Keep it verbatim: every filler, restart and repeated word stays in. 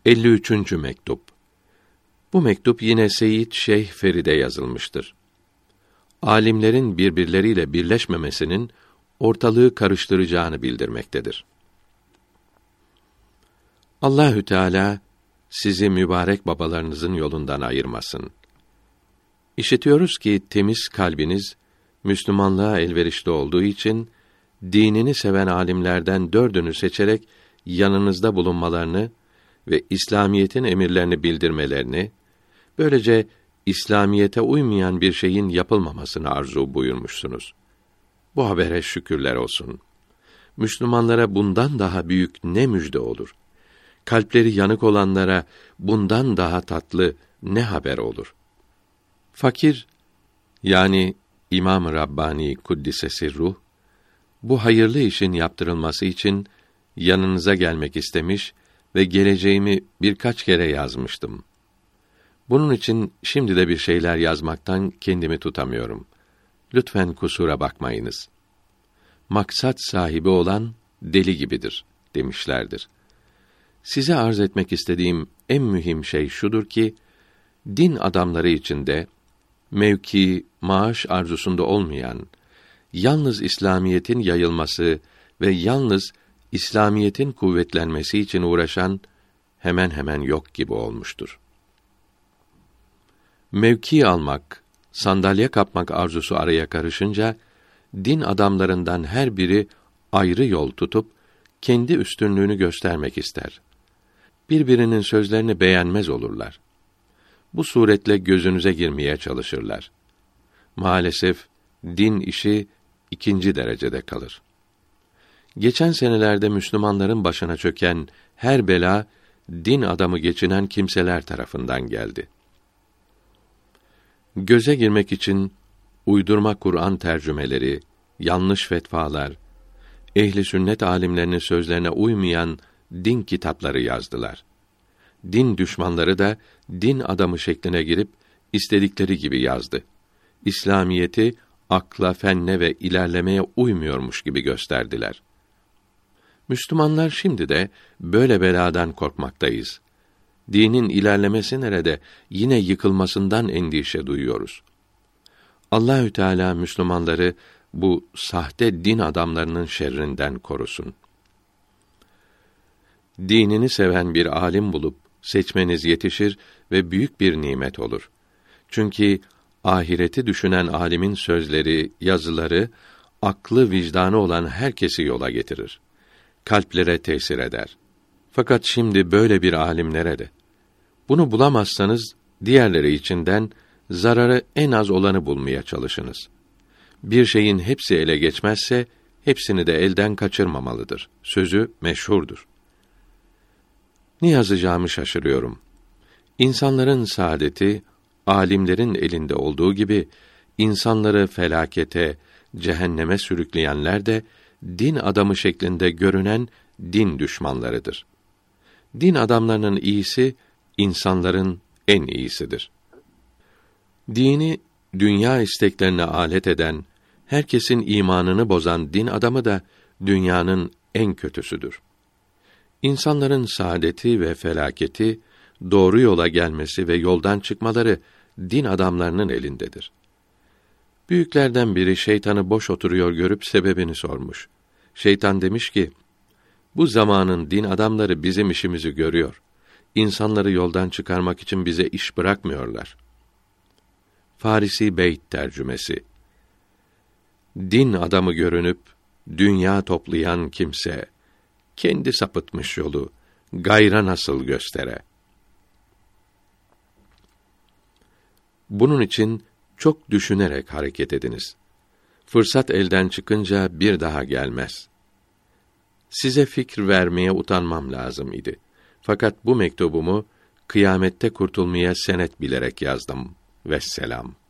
elli üçüncü mektup. Bu mektup yine Seyyid Şeyh Ferid'e yazılmıştır. Alimlerin birbirleriyle birleşmemesinin ortalığı karıştıracağını bildirmektedir. Allahü Teala sizi mübarek babalarınızın yolundan ayırmasın. İşitiyoruz ki temiz kalbiniz Müslümanlığa elverişli olduğu için dinini seven alimlerden dördünü seçerek yanınızda bulunmalarını ve İslamiyetin emirlerini bildirmelerini, böylece İslamiyete uymayan bir şeyin yapılmamasını arzu buyurmuşsunuz. Bu habere şükürler olsun. Müslümanlara bundan daha büyük ne müjde olur? Kalpleri yanık olanlara bundan daha tatlı ne haber olur? Fakir, yani İmam-ı Rabbani Kuddise Sirruh, bu hayırlı işin yaptırılması için yanınıza gelmek istemiş ve geleceğimi birkaç kere yazmıştım. Bunun için şimdi de bir şeyler yazmaktan kendimi tutamıyorum. Lütfen kusura bakmayınız. Maksat sahibi olan deli gibidir demişlerdir. Size arz etmek istediğim en mühim şey şudur ki, din adamları içinde mevki, maaş arzusunda olmayan, yalnız İslamiyetin yayılması ve yalnız İslamiyetin kuvvetlenmesi için uğraşan hemen hemen yok gibi olmuştur. Mevki almak, sandalye kapmak arzusu araya karışınca, din adamlarından her biri ayrı yol tutup, kendi üstünlüğünü göstermek ister. Birbirinin sözlerini beğenmez olurlar. Bu suretle gözünüze girmeye çalışırlar. Maalesef din işi ikinci derecede kalır. Geçen senelerde Müslümanların başına çöken her bela, din adamı geçinen kimseler tarafından geldi. Göze girmek için uydurma Kur'an tercümeleri, yanlış fetvalar, ehli sünnet alimlerinin sözlerine uymayan din kitapları yazdılar. Din düşmanları da din adamı şekline girip istedikleri gibi yazdı. İslamiyeti akla, fenne ve ilerlemeye uymuyormuş gibi gösterdiler. Müslümanlar şimdi de böyle beladan korkmaktayız. Dinin ilerlemesi nerede, yine yıkılmasından endişe duyuyoruz. Allahü Teala Müslümanları bu sahte din adamlarının şerrinden korusun. Dinini seven bir alim bulup seçmeniz yetişir ve büyük bir nimet olur. Çünkü ahireti düşünen alimin sözleri, yazıları, aklı vicdanı olan herkesi yola getirir. Kalplere tesir eder. Fakat şimdi böyle bir alim nerede? Bunu bulamazsanız, diğerleri içinden zararı en az olanı bulmaya çalışınız. Bir şeyin hepsi ele geçmezse, hepsini de elden kaçırmamalıdır. Sözü meşhurdur. Ne yazacağımı şaşırıyorum. İnsanların saadeti, alimlerin elinde olduğu gibi, insanları felakete, cehenneme sürükleyenler de, din adamı şeklinde görünen din düşmanlarıdır. Din adamlarının iyisi, insanların en iyisidir. Dini, dünya isteklerine alet eden, herkesin imanını bozan din adamı da, dünyanın en kötüsüdür. İnsanların saadeti ve felaketi, doğru yola gelmesi ve yoldan çıkmaları, din adamlarının elindedir. Büyüklerden biri şeytanı boş oturuyor görüp sebebini sormuş. Şeytan demiş ki, bu zamanın din adamları bizim işimizi görüyor. İnsanları yoldan çıkarmak için bize iş bırakmıyorlar. Farisi Beyt tercümesi. Din adamı görünüp, dünya toplayan kimse, kendi sapıtmış yolu, gayra nasıl göstere? Bunun için, çok düşünerek hareket ediniz. Fırsat elden çıkınca bir daha gelmez. Size fikir vermeye utanmam lazım idi. Fakat bu mektubumu kıyamette kurtulmaya senet bilerek yazdım. Vesselam.